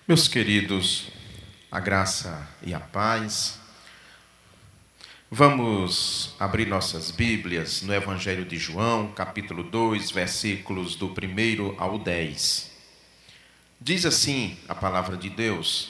Meus queridos, a graça e a paz. Vamos abrir nossas Bíblias no Evangelho de João, capítulo 2, versículos do 1 ao 10. Diz assim a palavra de Deus: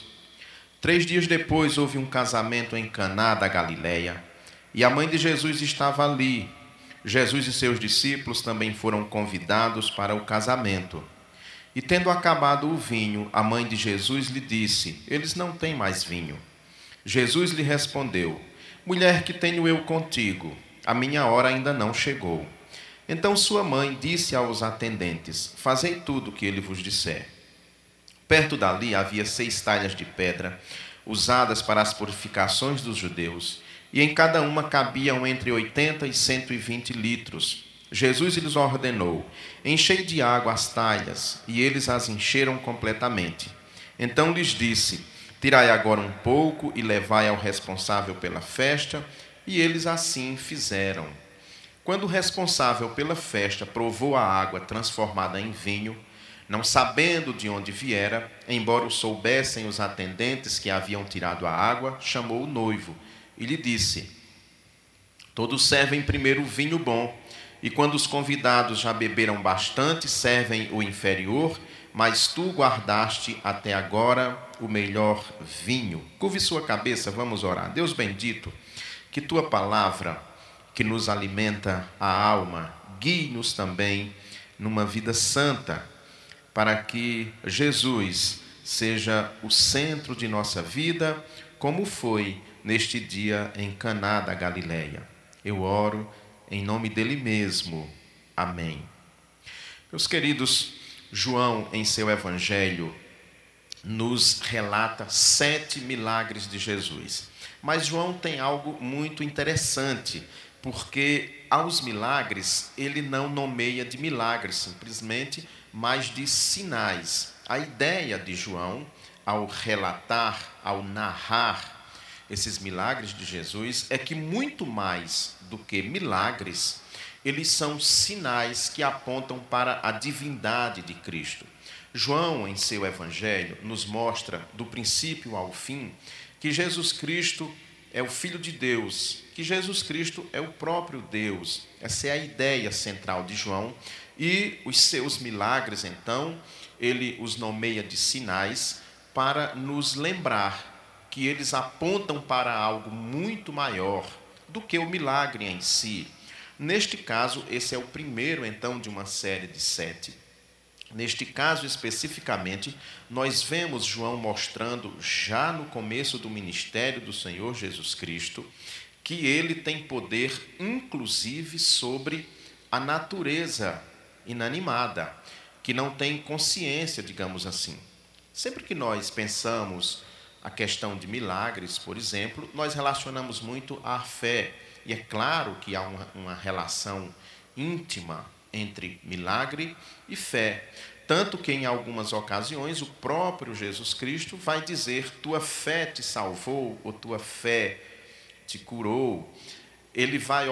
3 dias depois houve um casamento em Caná da Galileia, e a mãe de Jesus estava ali. Jesus e seus discípulos também foram convidados para o casamento. E tendo acabado o vinho, a mãe de Jesus lhe disse: eles não têm mais vinho. Jesus lhe respondeu: mulher, que tenho eu contigo? A minha hora ainda não chegou. Então sua mãe disse aos atendentes: fazei tudo o que ele vos disser. Perto dali havia 6 talhas de pedra, usadas para as purificações dos judeus, e em cada uma cabiam entre 80 e 120 litros. Jesus lhes ordenou: enchei de água as talhas, e eles as encheram completamente. Então lhes disse: tirai agora um pouco e levai ao responsável pela festa, e eles assim fizeram. Quando o responsável pela festa provou a água transformada em vinho, não sabendo de onde viera, embora o soubessem os atendentes que haviam tirado a água, chamou o noivo e lhe disse: todos servem primeiro o vinho bom, e quando os convidados já beberam bastante, servem o inferior, mas tu guardaste até agora o melhor vinho. Curve sua cabeça, vamos orar. Deus bendito, que tua palavra, que nos alimenta a alma, guie-nos também numa vida santa, para que Jesus seja o centro de nossa vida, como foi neste dia em Caná da Galileia. Eu oro em nome dele mesmo. Amém. Meus queridos, João, em seu evangelho, nos relata 7 milagres de Jesus. Mas João tem algo muito interessante, porque aos milagres ele não nomeia de milagres simplesmente, mas de sinais. A ideia de João, ao relatar, ao narrar esses milagres de Jesus, é que muito mais do que milagres, eles são sinais que apontam para a divindade de Cristo. João, em seu evangelho, nos mostra, do princípio ao fim, que Jesus Cristo é o Filho de Deus, que Jesus Cristo é o próprio Deus. Essa é a ideia central de João. E os seus milagres, então, ele os nomeia de sinais para nos lembrar que eles apontam para algo muito maior do que o milagre em si. Neste caso, esse é o primeiro, então, de uma série de 7. Neste caso, especificamente, nós vemos João mostrando, já no começo do ministério do Senhor Jesus Cristo, que ele tem poder, inclusive, sobre a natureza inanimada, que não tem consciência, digamos assim. Sempre que nós pensamos a questão de milagres, por exemplo, nós relacionamos muito à fé. E é claro que há uma relação íntima entre milagre e fé. Tanto que, em algumas ocasiões, o próprio Jesus Cristo vai dizer: tua fé te salvou, ou tua fé te curou. Ele vai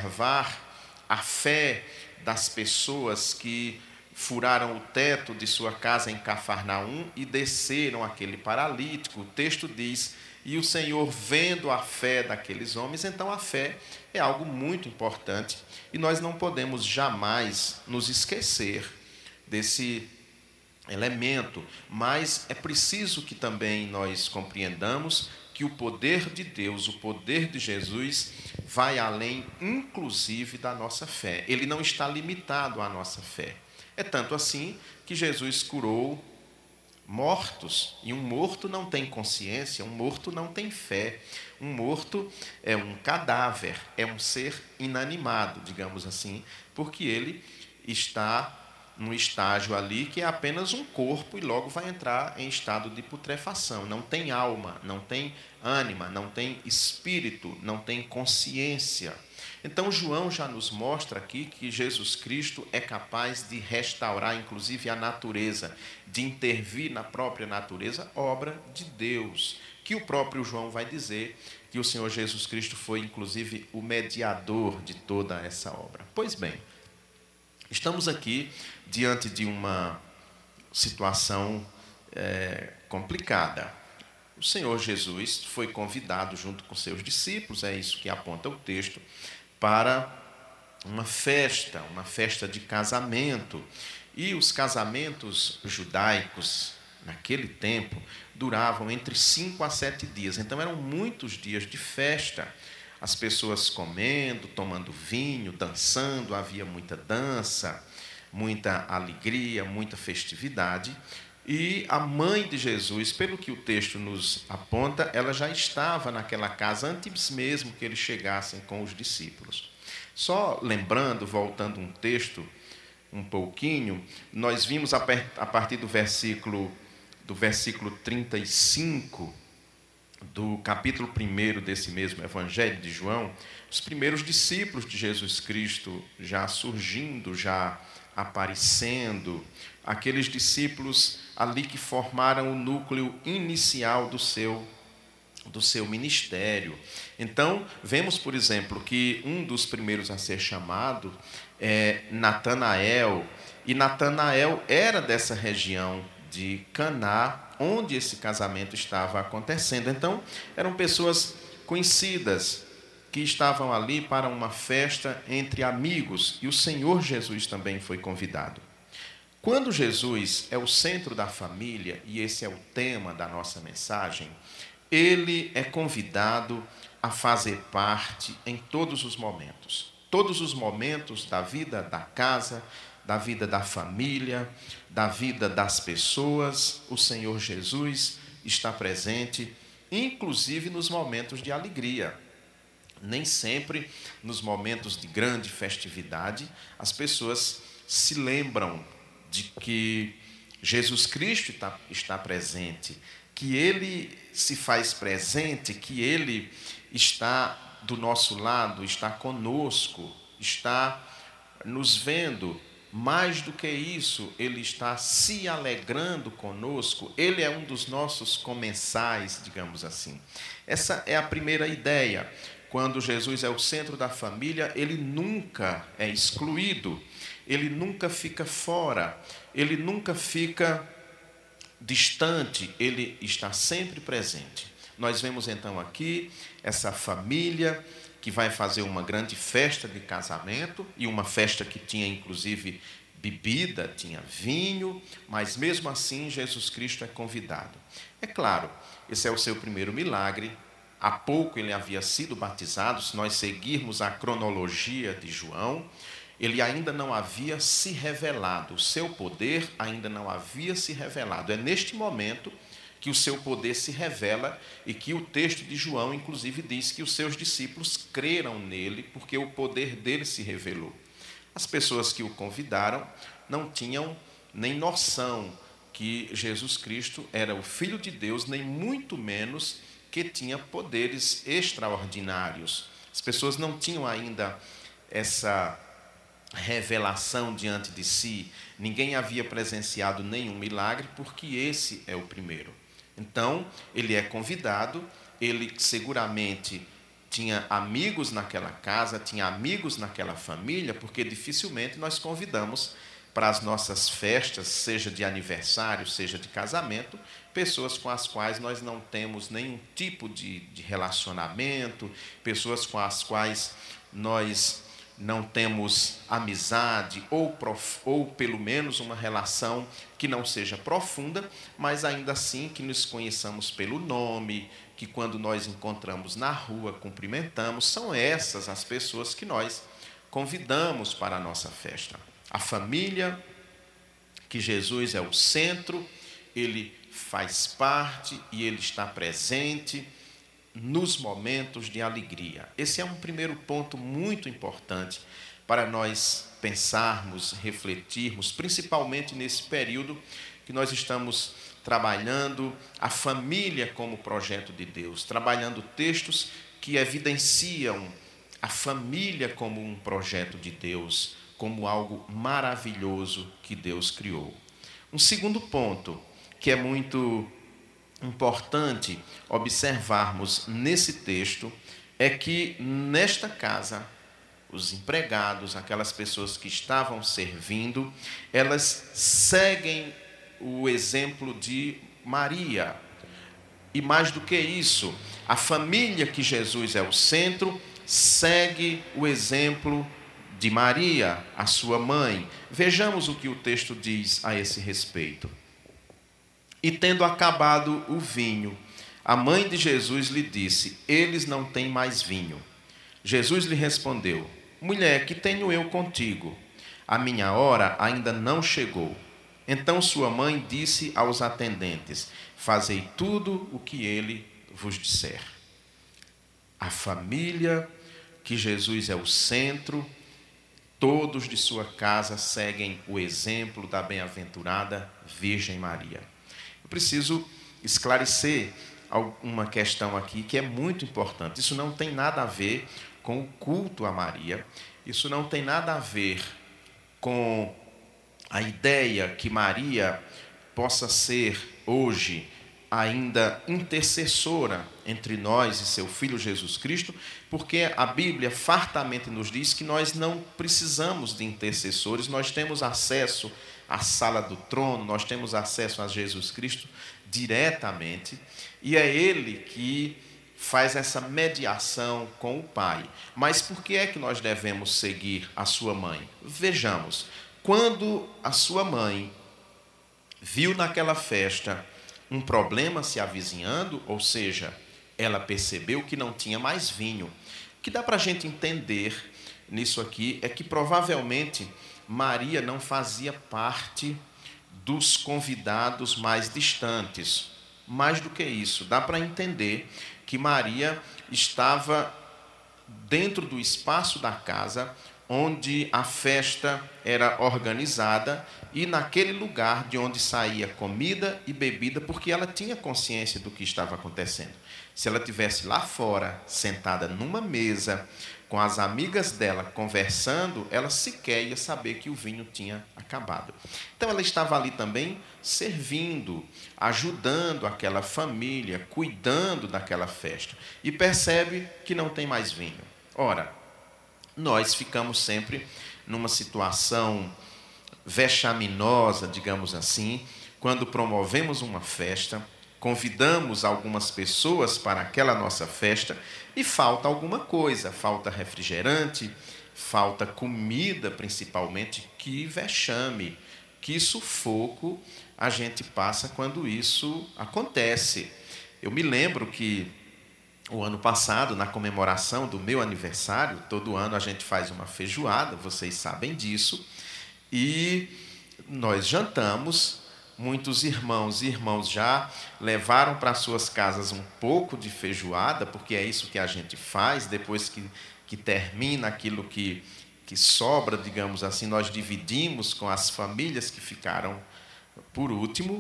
observar a fé das pessoas que furaram o teto de sua casa em Cafarnaum e desceram aquele paralítico. O texto diz: e o Senhor, vendo a fé daqueles homens. Então a fé é algo muito importante e nós não podemos jamais nos esquecer desse elemento, mas é preciso que também nós compreendamos que o poder de Deus, o poder de Jesus, vai além, inclusive, da nossa fé. Ele não está limitado à nossa fé. É tanto assim que Jesus curou mortos, e um morto não tem consciência, um morto não tem fé. Um morto é um cadáver, é um ser inanimado, digamos assim, porque ele está num estágio ali que é apenas um corpo e logo vai entrar em estado de putrefação. Não tem alma, não tem ânima, não tem espírito, não tem consciência. Então João já nos mostra aqui que Jesus Cristo é capaz de restaurar inclusive a natureza, de intervir na própria natureza, obra de Deus, que o próprio João vai dizer que o Senhor Jesus Cristo foi inclusive o mediador de toda essa obra. Pois bem, estamos aqui diante de uma situação complicada. O Senhor Jesus foi convidado junto com seus discípulos, é isso que aponta o texto, para uma festa de casamento. E os casamentos judaicos, naquele tempo, duravam entre 5 a 7 dias. Então, eram muitos dias de festa. As pessoas comendo, tomando vinho, dançando, havia muita dança, muita alegria, muita festividade. E a mãe de Jesus, pelo que o texto nos aponta, ela já estava naquela casa antes mesmo que eles chegassem com os discípulos. Só lembrando, voltando um texto um pouquinho, nós vimos a partir do versículo 35 do capítulo 1 desse mesmo Evangelho de João, os primeiros discípulos de Jesus Cristo já surgindo, já aparecendo, aqueles discípulos ali que formaram o núcleo inicial do seu ministério. Então, vemos, por exemplo, que um dos primeiros a ser chamado é Natanael, e Natanael era dessa região de Caná, onde esse casamento estava acontecendo. Então, eram pessoas conhecidas que estavam ali para uma festa entre amigos, e o Senhor Jesus também foi convidado. Quando Jesus é o centro da família, e esse é o tema da nossa mensagem, ele é convidado a fazer parte em todos os momentos. Todos os momentos da vida da casa, da vida da família, da vida das pessoas, o Senhor Jesus está presente, inclusive nos momentos de alegria. Nem sempre, nos momentos de grande festividade, as pessoas se lembram de que Jesus Cristo está presente, que Ele se faz presente, que Ele está do nosso lado, está conosco, está nos vendo. Mais do que isso, Ele está se alegrando conosco. Ele é um dos nossos comensais, digamos assim. Essa é a primeira ideia. Quando Jesus é o centro da família, Ele nunca é excluído, Ele nunca fica fora, Ele nunca fica distante, Ele está sempre presente. Nós vemos então aqui essa família que vai fazer uma grande festa de casamento, e uma festa que tinha inclusive bebida, tinha vinho, mas mesmo assim Jesus Cristo é convidado. É claro, esse é o seu primeiro milagre. Há pouco ele havia sido batizado. Se nós seguirmos a cronologia de João, ele ainda não havia se revelado, o seu poder ainda não havia se revelado. É neste momento que o seu poder se revela, e que o texto de João, inclusive, diz que os seus discípulos creram nele, porque o poder dele se revelou. As pessoas que o convidaram não tinham nem noção que Jesus Cristo era o Filho de Deus, nem muito menos que tinha poderes extraordinários. As pessoas não tinham ainda essa revelação diante de si. Ninguém havia presenciado nenhum milagre, porque esse é o primeiro. Então, ele é convidado, ele seguramente tinha amigos naquela casa, tinha amigos naquela família, porque dificilmente nós convidamos para as nossas festas, seja de aniversário, seja de casamento, pessoas com as quais nós não temos nenhum tipo de relacionamento, pessoas com as quais nós não temos amizade, ou pelo menos uma relação que não seja profunda, mas ainda assim que nos conheçamos pelo nome, que quando nós encontramos na rua, cumprimentamos. São essas as pessoas que nós convidamos para a nossa festa. A família, que Jesus é o centro, ele faz parte e ele está presente nos momentos de alegria. Esse é um primeiro ponto muito importante para nós pensarmos, refletirmos, principalmente nesse período que nós estamos trabalhando a família como projeto de Deus, trabalhando textos que evidenciam a família como um projeto de Deus, como algo maravilhoso que Deus criou. Um segundo ponto, que é muito importante observarmos nesse texto, é que nesta casa, os empregados, aquelas pessoas que estavam servindo, elas seguem o exemplo de Maria. E mais do que isso, a família que Jesus é o centro segue o exemplo de Maria, a sua mãe. Vejamos o que o texto diz a esse respeito. E tendo acabado o vinho, a mãe de Jesus lhe disse: eles não têm mais vinho. Jesus lhe respondeu: mulher, que tenho eu contigo? A minha hora ainda não chegou. Então sua mãe disse aos atendentes: fazei tudo o que ele vos disser. A família, que Jesus é o centro, todos de sua casa seguem o exemplo da bem-aventurada Virgem Maria. Eu preciso esclarecer uma questão aqui que é muito importante. Isso não tem nada a ver com o culto a Maria, isso não tem nada a ver com a ideia que Maria possa ser hoje ainda intercessora entre nós e seu Filho Jesus Cristo, porque a Bíblia fartamente nos diz que nós não precisamos de intercessores, nós temos acesso à sala do trono, nós temos acesso a Jesus Cristo diretamente, e é Ele que faz essa mediação com o Pai. Mas por que é que nós devemos seguir a sua mãe? Vejamos, quando a sua mãe viu naquela festa um problema se avizinhando, ou seja, ela percebeu que não tinha mais vinho. O que dá para a gente entender nisso aqui é que provavelmente Maria não fazia parte dos convidados mais distantes. Mais do que isso, dá para entender que Maria estava dentro do espaço da casa onde a festa era organizada e naquele lugar de onde saía comida e bebida, porque ela tinha consciência do que estava acontecendo. Se ela estivesse lá fora, sentada numa mesa, com as amigas dela conversando, ela sequer ia saber que o vinho tinha acabado. Então ela estava ali também servindo, ajudando aquela família, cuidando daquela festa. E percebe que não tem mais vinho. Ora, nós ficamos sempre numa situação vexaminosa, digamos assim, quando promovemos uma festa, convidamos algumas pessoas para aquela nossa festa e falta alguma coisa, falta refrigerante, falta comida principalmente, que vexame, que sufoco a gente passa quando isso acontece. Eu me lembro que o ano passado, na comemoração do meu aniversário, todo ano a gente faz uma feijoada, vocês sabem disso, e nós jantamos. Muitos irmãos e irmãs já levaram para suas casas um pouco de feijoada, porque é isso que a gente faz, depois que termina aquilo que sobra, digamos assim, nós dividimos com as famílias que ficaram por último.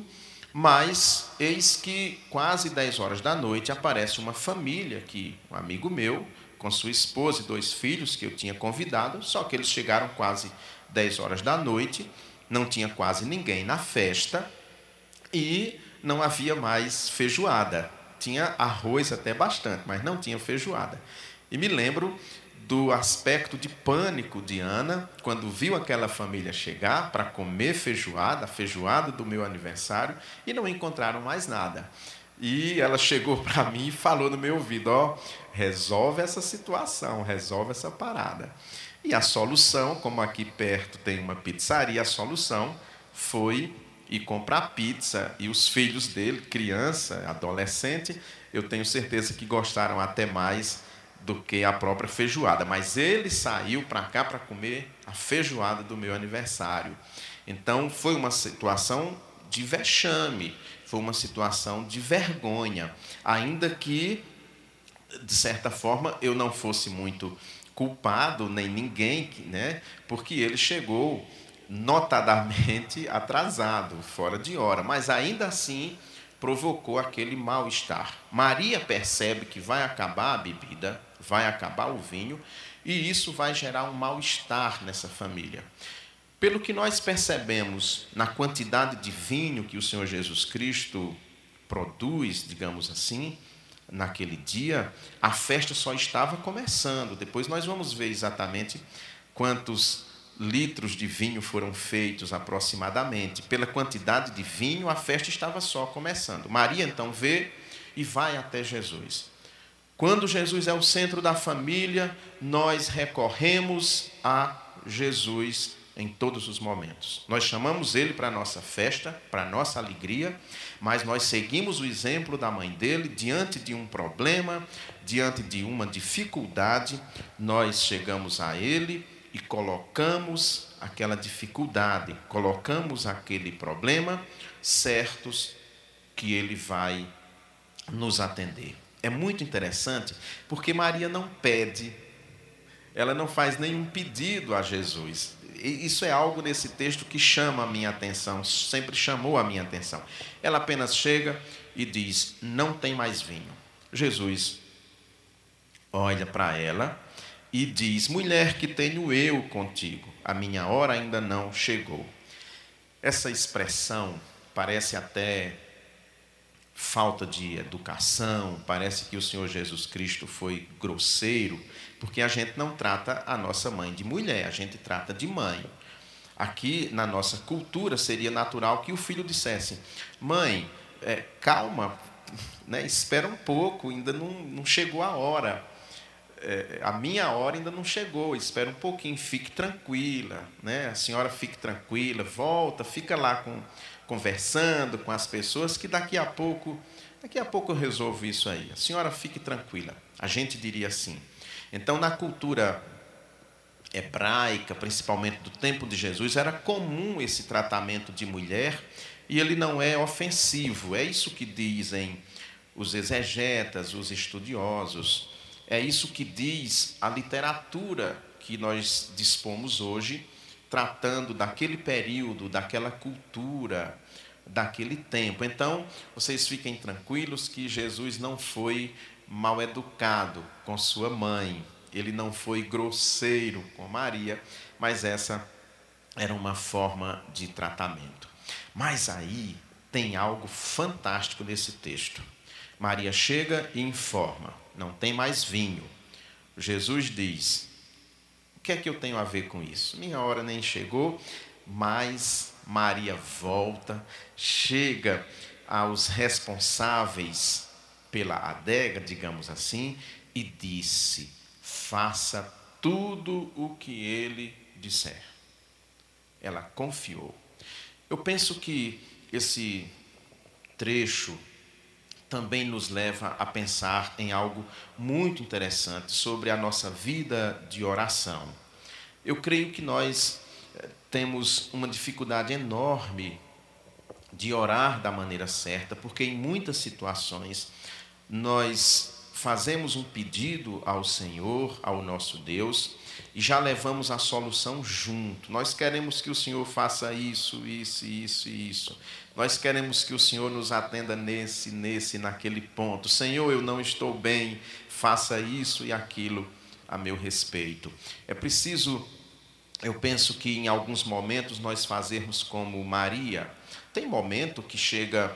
Mas eis que quase 10 horas da noite aparece uma família, um amigo meu, com sua esposa e 2 filhos que eu tinha convidado, só que eles chegaram quase 10 horas da noite, não tinha quase ninguém na festa e não havia mais feijoada. Tinha arroz até bastante, mas não tinha feijoada. E me lembro do aspecto de pânico de Ana, quando viu aquela família chegar para comer feijoada, a feijoada do meu aniversário, e não encontraram mais nada. E ela chegou para mim e falou no meu ouvido: ó, resolve essa situação, resolve essa parada. E a solução, como aqui perto tem uma pizzaria, a solução foi ir comprar pizza. E os filhos dele, criança, adolescente, eu tenho certeza que gostaram até mais do que a própria feijoada. Mas ele saiu para cá para comer a feijoada do meu aniversário. Então, foi uma situação de vexame, foi uma situação de vergonha, ainda que, de certa forma, eu não fosse muito culpado, nem ninguém, né? Porque ele chegou notadamente atrasado, fora de hora, mas ainda assim provocou aquele mal-estar. Maria percebe que vai acabar a bebida, vai acabar o vinho, e isso vai gerar um mal-estar nessa família. Pelo que nós percebemos na quantidade de vinho que o Senhor Jesus Cristo produz, digamos assim, naquele dia, a festa só estava começando. Depois nós vamos ver exatamente quantos litros de vinho foram feitos aproximadamente? Pela quantidade de vinho, a festa estava só começando. Maria então vê e vai até Jesus. Quando Jesus é o centro da família, nós recorremos a Jesus em todos os momentos. Nós chamamos Ele para a nossa festa, para a nossa alegria, mas nós seguimos o exemplo da mãe dele. Diante de um problema, diante de uma dificuldade, nós chegamos a Ele e colocamos aquela dificuldade, colocamos aquele problema, certos que Ele vai nos atender. É muito interessante, porque Maria não pede, ela não faz nenhum pedido a Jesus. Isso é algo nesse texto que chama a minha atenção, sempre chamou a minha atenção. Ela apenas chega e diz: não tem mais vinho. Jesus olha para ela e diz: mulher, que tenho eu contigo? A minha hora ainda não chegou. Essa expressão parece até falta de educação, parece que o Senhor Jesus Cristo foi grosseiro, porque a gente não trata a nossa mãe de mulher, a gente trata de mãe. Aqui, na nossa cultura, seria natural que o filho dissesse: mãe, calma, né, espera um pouco, ainda não chegou a hora. A minha hora ainda não chegou, espera um pouquinho, fique tranquila, né? A senhora fique tranquila, volta, fica lá conversando com as pessoas, que daqui a pouco eu resolvo isso aí. A senhora fique tranquila. A gente diria assim. Então, na cultura hebraica, principalmente do tempo de Jesus, era comum esse tratamento de mulher, e ele não é ofensivo. É isso que dizem os exegetas, os estudiosos. É isso que diz a literatura que nós dispomos hoje, tratando daquele período, daquela cultura, daquele tempo. Então, vocês fiquem tranquilos que Jesus não foi mal educado com sua mãe, ele não foi grosseiro com Maria, mas essa era uma forma de tratamento. Mas aí tem algo fantástico nesse texto. Maria chega e informa: não tem mais vinho. Jesus diz: o que é que eu tenho a ver com isso? Minha hora nem chegou. Mas Maria volta, chega aos responsáveis pela adega, digamos assim, e disse: faça tudo o que ele disser. Ela confiou. Eu penso que esse trecho também nos leva a pensar em algo muito interessante sobre a nossa vida de oração. Eu creio que nós temos uma dificuldade enorme de orar da maneira certa, porque em muitas situações nós fazemos um pedido ao Senhor, ao nosso Deus, e já levamos a solução junto. Nós queremos que o Senhor faça isso, isso, isso e isso. Nós queremos que o Senhor nos atenda nesse, naquele ponto. Senhor, eu não estou bem, faça isso e aquilo a meu respeito. É preciso, eu penso que em alguns momentos nós fazermos como Maria. Tem momento que chega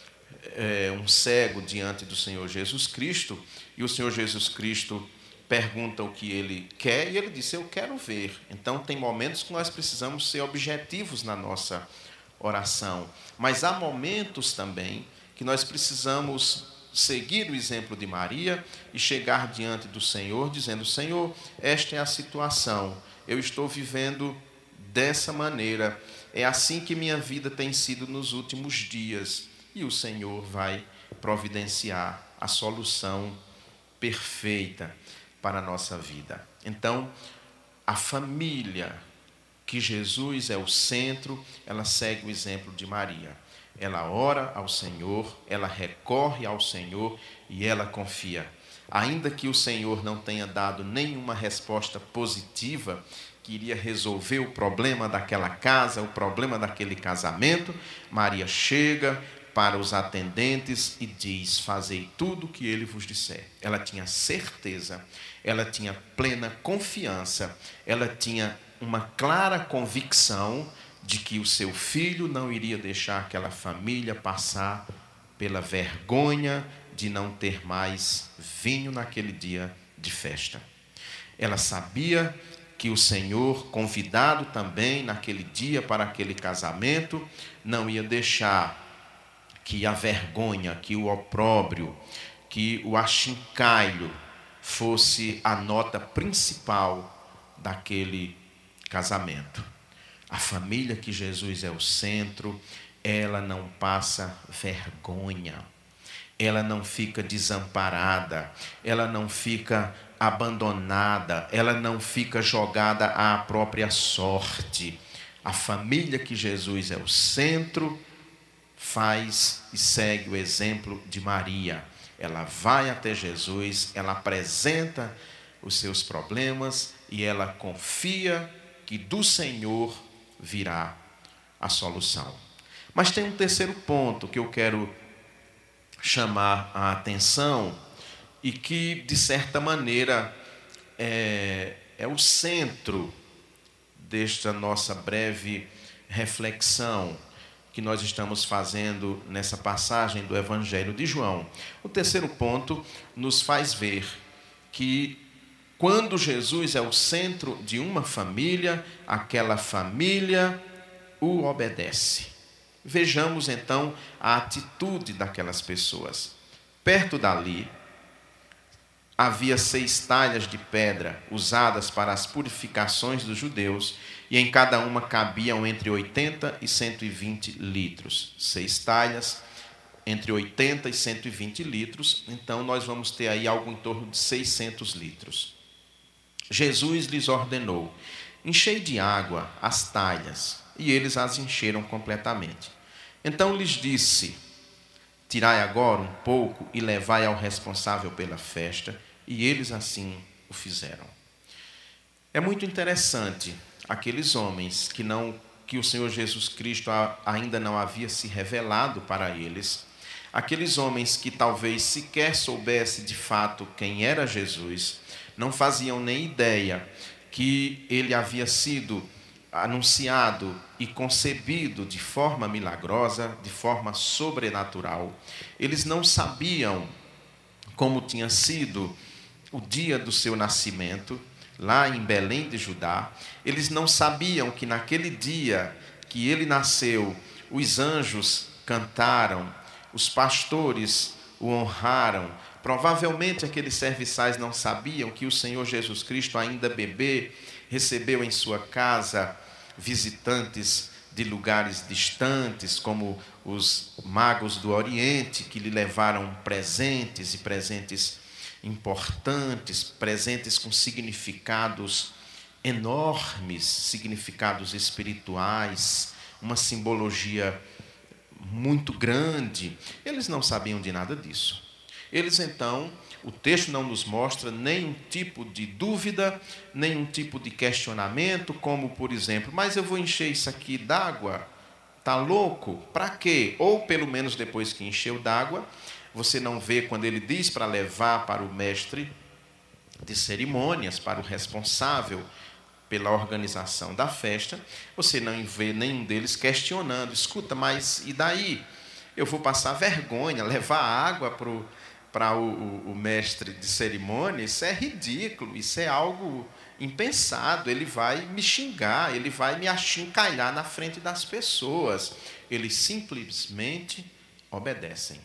um cego diante do Senhor Jesus Cristo, e o Senhor Jesus Cristo pergunta o que ele quer, e ele diz: eu quero ver. Então tem momentos que nós precisamos ser objetivos na nossa oração, mas há momentos também que nós precisamos seguir o exemplo de Maria e chegar diante do Senhor dizendo: Senhor, esta é a situação, eu estou vivendo dessa maneira, é assim que minha vida tem sido nos últimos dias, e o Senhor vai providenciar a solução perfeita para a nossa vida. Então, a família, que Jesus é o centro, ela segue o exemplo de Maria. Ela ora ao Senhor, ela recorre ao Senhor e ela confia. Ainda que o Senhor não tenha dado nenhuma resposta positiva, que iria resolver o problema daquela casa, o problema daquele casamento, Maria chega para os atendentes e diz: fazei tudo o que ele vos disser. Ela tinha certeza, ela tinha plena confiança, ela tinha uma clara convicção de que o seu filho não iria deixar aquela família passar pela vergonha de não ter mais vinho naquele dia de festa. Ela sabia que o Senhor, convidado também naquele dia para aquele casamento, não ia deixar que a vergonha, que o opróbrio, que o achincalho fosse a nota principal daquele casamento. A família que Jesus é o centro, ela não passa vergonha, ela não fica desamparada, ela não fica abandonada, ela não fica jogada à própria sorte. A família que Jesus é o centro faz e segue o exemplo de Maria. Ela vai até Jesus, ela apresenta os seus problemas e ela confia que do Senhor virá a solução. Mas tem um terceiro ponto que eu quero chamar a atenção e que, de certa maneira, é o centro desta nossa breve reflexão que nós estamos fazendo nessa passagem do Evangelho de João. O terceiro ponto nos faz ver que quando Jesus é o centro de uma família, aquela família o obedece. Vejamos então a atitude daquelas pessoas. Perto dali, havia 6 talhas de pedra usadas para as purificações dos judeus, e em cada uma cabiam entre 80 e 120 litros. 6 talhas, entre 80 e 120 litros, então nós vamos ter aí algo em torno de 600 litros. Jesus lhes ordenou: enchei de água as talhas, e eles as encheram completamente. Então lhes disse: tirai agora um pouco e levai ao responsável pela festa, e eles assim o fizeram. É muito interessante aqueles homens que o Senhor Jesus Cristo ainda não havia se revelado para eles, aqueles homens que talvez sequer soubesse de fato quem era Jesus, não faziam nem ideia que ele havia sido anunciado e concebido de forma milagrosa, de forma sobrenatural. Eles não sabiam como tinha sido o dia do seu nascimento, lá em Belém de Judá. Eles não sabiam que naquele dia que ele nasceu, os anjos cantaram, os pastores o honraram. Provavelmente aqueles serviçais não sabiam que o Senhor Jesus Cristo, ainda bebê, recebeu em sua casa visitantes de lugares distantes, como os magos do Oriente, que lhe levaram presentes, e presentes importantes, presentes com significados enormes, significados espirituais, uma simbologia muito grande. Eles não sabiam de nada disso. Eles então, o texto não nos mostra nenhum tipo de dúvida, nenhum tipo de questionamento, como por exemplo, mas eu vou encher isso aqui d'água? Tá louco? Para quê? Ou pelo menos depois que encheu d'água, você não vê quando ele diz para levar para o mestre de cerimônias, para o responsável pela organização da festa, você não vê nenhum deles questionando: escuta, mas e daí? Eu vou passar vergonha, levar água para o mestre de cerimônia? Isso é ridículo, isso é algo impensado, ele vai me xingar, ele vai me achincalhar na frente das pessoas. Eles simplesmente obedecem.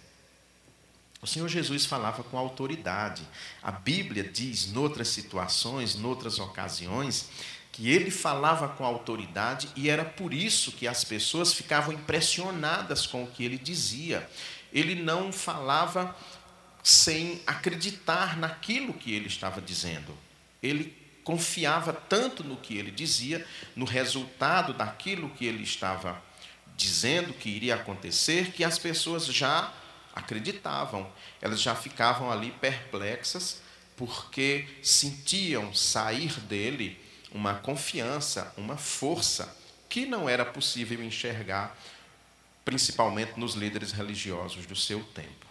O Senhor Jesus falava com autoridade. A Bíblia diz, noutras situações, noutras ocasiões, que ele falava com autoridade, e era por isso que as pessoas ficavam impressionadas com o que ele dizia. Ele não falava sem acreditar naquilo que ele estava dizendo. Ele confiava tanto no que ele dizia, no resultado daquilo que ele estava dizendo que iria acontecer, que as pessoas já acreditavam. Elas já ficavam ali perplexas, porque sentiam sair dele uma confiança, uma força que não era possível enxergar, principalmente nos líderes religiosos do seu tempo.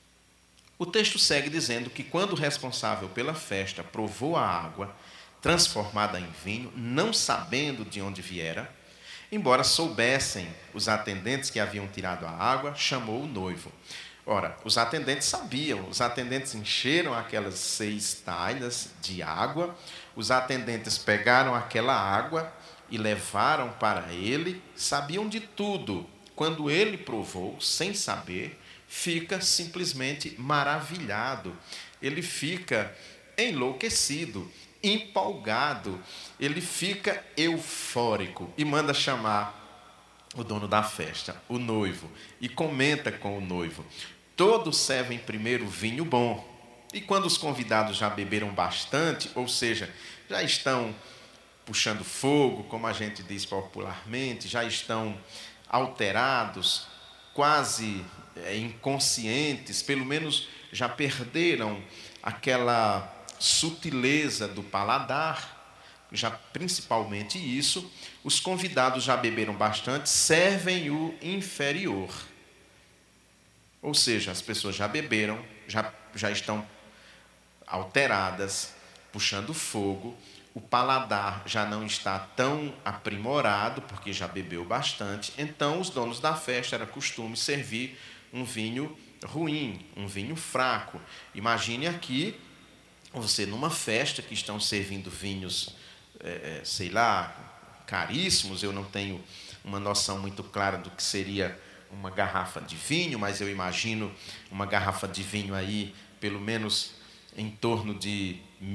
O texto segue dizendo que quando o responsável pela festa provou a água transformada em vinho, não sabendo de onde viera, embora soubessem os atendentes que haviam tirado a água, chamou o noivo. Ora, os atendentes sabiam, os atendentes encheram aquelas 6 talhas de água, os atendentes pegaram aquela água e levaram para ele, sabiam de tudo. Quando ele provou, sem saber, fica simplesmente maravilhado, ele fica enlouquecido, empolgado, ele fica eufórico e manda chamar o dono da festa, o noivo, e comenta com o noivo: todos servem primeiro vinho bom. E quando os convidados já beberam bastante, ou seja, já estão puxando fogo, como a gente diz popularmente, já estão alterados, quase inconscientes, pelo menos já perderam aquela sutileza do paladar, já principalmente isso, os convidados já beberam bastante, servem o inferior. Ou seja, as pessoas já beberam, já estão alteradas, puxando fogo, o paladar já não está tão aprimorado, porque já bebeu bastante, então os donos da festa era costume servir um vinho ruim, um vinho fraco. Imagine aqui, você numa festa que estão servindo vinhos, sei lá, caríssimos, eu não tenho uma noção muito clara do que seria uma garrafa de vinho, mas eu imagino uma garrafa de vinho aí, pelo menos em torno de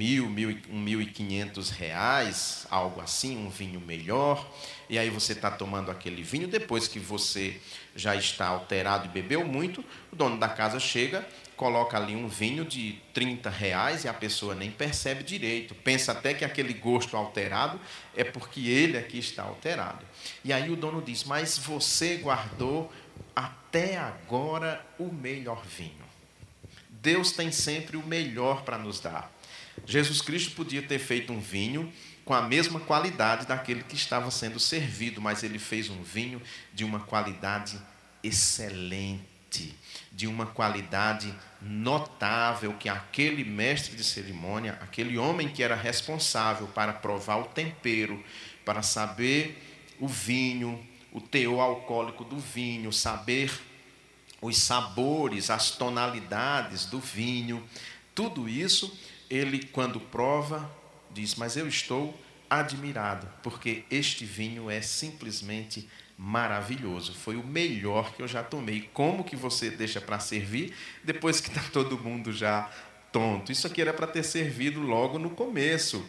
R$ 1.500, algo assim, um vinho melhor. E aí você está tomando aquele vinho, depois que você já está alterado e bebeu muito, o dono da casa chega, coloca ali um vinho de R$ 30 e a pessoa nem percebe direito, pensa até que aquele gosto alterado é porque ele aqui está alterado. E aí o dono diz: mas você guardou até agora o melhor vinho. Deus tem sempre o melhor para nos dar. Jesus Cristo podia ter feito um vinho com a mesma qualidade daquele que estava sendo servido, mas ele fez um vinho de uma qualidade excelente, de uma qualidade notável, que aquele mestre de cerimônia, aquele homem que era responsável para provar o tempero, para saber o vinho, o teor alcoólico do vinho, saber os sabores, as tonalidades do vinho, tudo isso, ele, quando prova, diz: mas eu estou admirado, porque este vinho é simplesmente maravilhoso, foi o melhor que eu já tomei. Como que você deixa para servir depois que está todo mundo já tonto? Isso aqui era para ter servido logo no começo,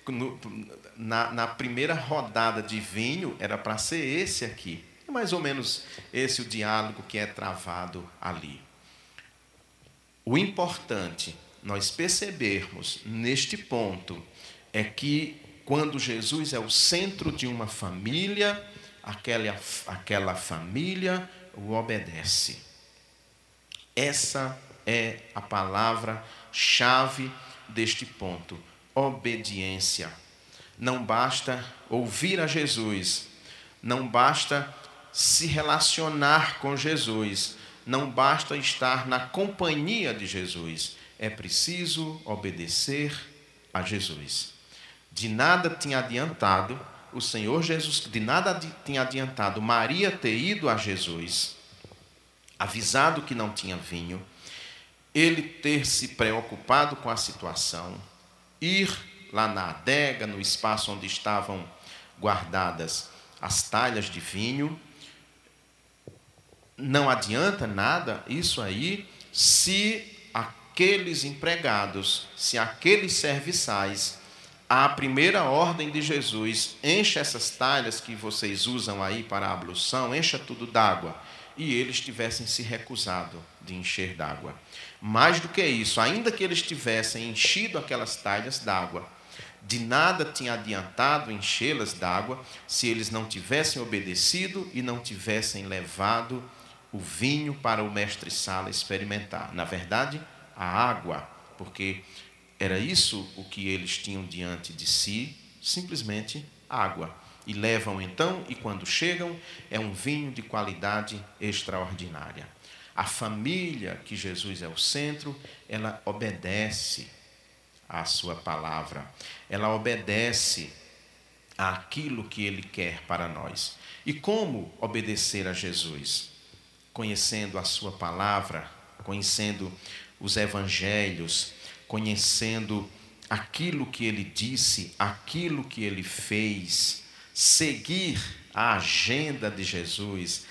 na primeira rodada de vinho, era para ser esse aqui. É mais ou menos esse o diálogo que é travado ali. O importante nós percebermos neste ponto é que quando Jesus é o centro de uma família, aquela família o obedece. Essa é a palavra-chave deste ponto: obediência. Não basta ouvir a Jesus, não basta se relacionar com Jesus, não basta estar na companhia de Jesus, é preciso obedecer a Jesus. De nada tinha adiantado o Senhor Jesus, de nada tinha adiantado Maria ter ido a Jesus, avisado que não tinha vinho, ele ter se preocupado com a situação, ir lá na adega, no espaço onde estavam guardadas as talhas de vinho. Não adianta nada isso aí se aqueles empregados, se aqueles serviçais, a primeira ordem de Jesus: encha essas talhas que vocês usam aí para a ablução, encha tudo d'água, e eles tivessem se recusado de encher d'água. Mais do que isso, ainda que eles tivessem enchido aquelas talhas d'água, de nada tinha adiantado enchê-las d'água se eles não tivessem obedecido e não tivessem levado o vinho para o mestre-sala experimentar. Na verdade, a água, porque era isso o que eles tinham diante de si, simplesmente água. E levam então, e quando chegam, é um vinho de qualidade extraordinária. A família, que Jesus é o centro, ela obedece à sua palavra. Ela obedece àquilo que ele quer para nós. E como obedecer a Jesus? Conhecendo a sua palavra, conhecendo os evangelhos, conhecendo aquilo que ele disse, aquilo que ele fez, seguir a agenda de Jesus,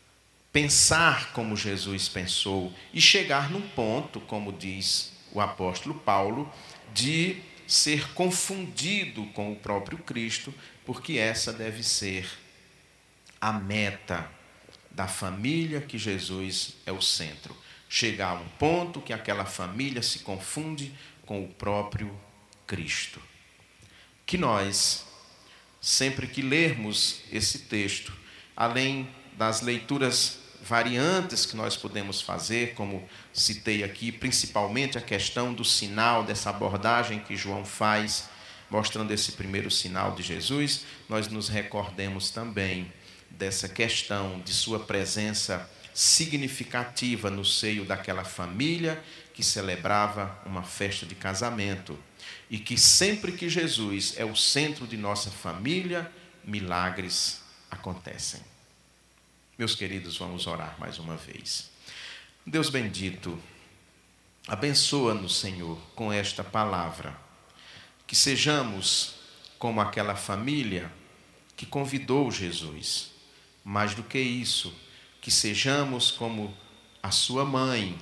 pensar como Jesus pensou e chegar num ponto, como diz o apóstolo Paulo, de ser confundido com o próprio Cristo, porque essa deve ser a meta da família que Jesus é o centro. Chegar a um ponto que aquela família se confunde com o próprio Cristo. Que nós, sempre que lermos esse texto, além das leituras variantes que nós podemos fazer, como citei aqui, principalmente a questão do sinal, dessa abordagem que João faz, mostrando esse primeiro sinal de Jesus, nós nos recordemos também dessa questão de sua presença significativa no seio daquela família que celebrava uma festa de casamento, e que sempre que Jesus é o centro de nossa família, milagres acontecem. Meus queridos, vamos orar mais uma vez. Deus bendito, abençoa-nos, Senhor, com esta palavra, que sejamos como aquela família que convidou Jesus. Mais do que isso, que sejamos como a sua mãe,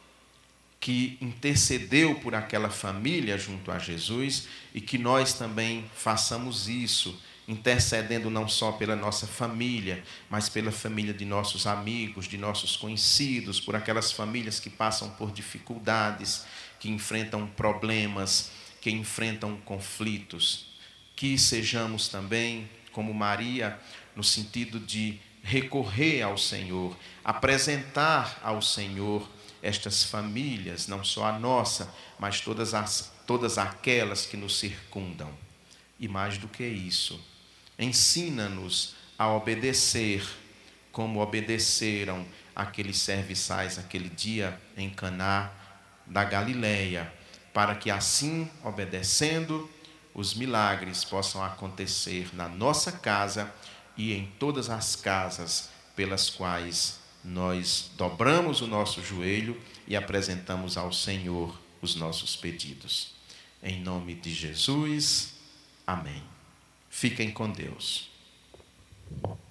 que intercedeu por aquela família junto a Jesus, e que nós também façamos isso, intercedendo não só pela nossa família, mas pela família de nossos amigos, de nossos conhecidos, por aquelas famílias que passam por dificuldades, que enfrentam problemas, que enfrentam conflitos. Que sejamos também como Maria, no sentido de recorrer ao Senhor, apresentar ao Senhor estas famílias, não só a nossa, mas todas aquelas que nos circundam. E mais do que isso, ensina-nos a obedecer, como obedeceram aqueles serviçais aquele dia em Caná da Galileia, para que assim, obedecendo, os milagres possam acontecer na nossa casa e em todas as casas pelas quais nós dobramos o nosso joelho e apresentamos ao Senhor os nossos pedidos. Em nome de Jesus, amém. Fiquem com Deus.